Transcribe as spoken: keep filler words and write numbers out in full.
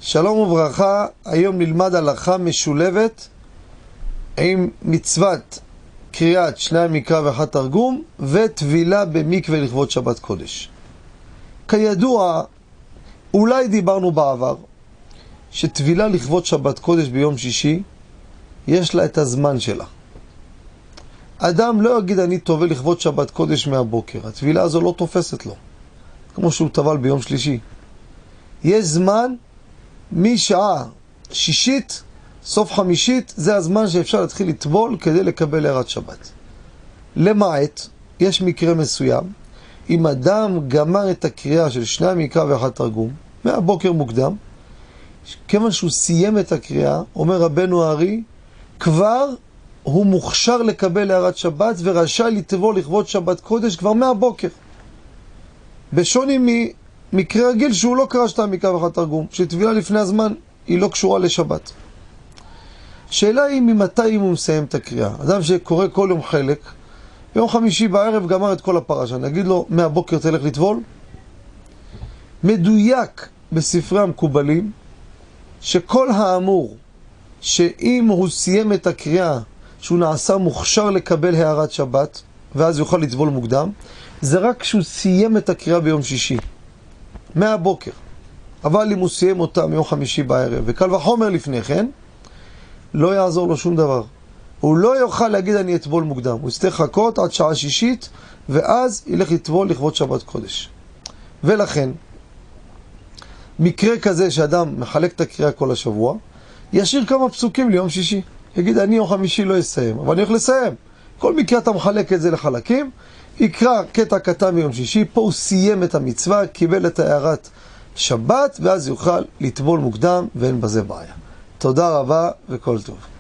שלום וברכה, היום נלמד הלכה משולבת עם מצוות קריאת שניים מקרא ואחד תרגום וטבילה במקווה לכבוד שבת קודש. כידוע, אולי דיברנו בעבר שטבילה לכבוד שבת קודש ביום שישי יש לה את הזמן שלה. אדם לא יגיד אני טובל לכבוד שבת קודש מהבוקר, הטבילה הזו לא תופסת לו כמו שהוא טבל ביום שלישי. יש זמן משעה שישית, סוף חמישית, זה הזמן שאפשר להתחיל לטבול כדי לקבל ערת שבת. למעט, יש מקרה מסוים, אם אדם גמר את הקריאה של שניים מקרא ואחד תרגום, מהבוקר מוקדם, כיוון שהוא סיים את הקריאה, אומר רבנו הארי, כבר הוא מוכשר לקבל ערת שבת ורשאי לטבול לכבוד שבת קודש כבר מהבוקר. בשוני ממקרה רגיל שהוא לא קרא שניים מקרא ואחד תרגום, שטבילה לפני הזמן היא לא קשורה לשבת. שאלה היא ממתי אם הוא מסיים את הקריאה. אדם שקורא כל יום חלק, ביום חמישי בערב גמר את כל הפרשה, נגיד לו מהבוקר תלך לטבול? מדויק בספרי המקובלים שכל האמור שאם הוא סיים את הקריאה שהוא נעשה מוכשר לקבל הערת שבת ואז יוכל לטבול מוקדם, זה רק כשהוא סיים את הקריאה ביום שישי מהבוקר. אבל אם הוא סיים אותה מיום חמישי בערב וקל וחומר לפני כן, לא יעזור לו שום דבר. הוא לא יוכל להגיד אני אטבול מוקדם, הוא יצטרך לחכות עד שעה שישית ואז ילך לטבול לכבוד שבת קודש. ולכן מקרה כזה שאדם מחלק את הקריאה כל השבוע, ישאיר כמה פסוקים ליום שישי, יגיד אני יום חמישי לא אסיים, אבל אני הולך לסיים. כל מקרה אתה מחלק את זה לחלקים, יקרא קטע קטן מיום שישי, פה הוא סיים את המצווה, קיבל את הערת שבת ואז יוכל לטבול מוקדם ואין בזה בעיה. תודה רבה וכל טוב.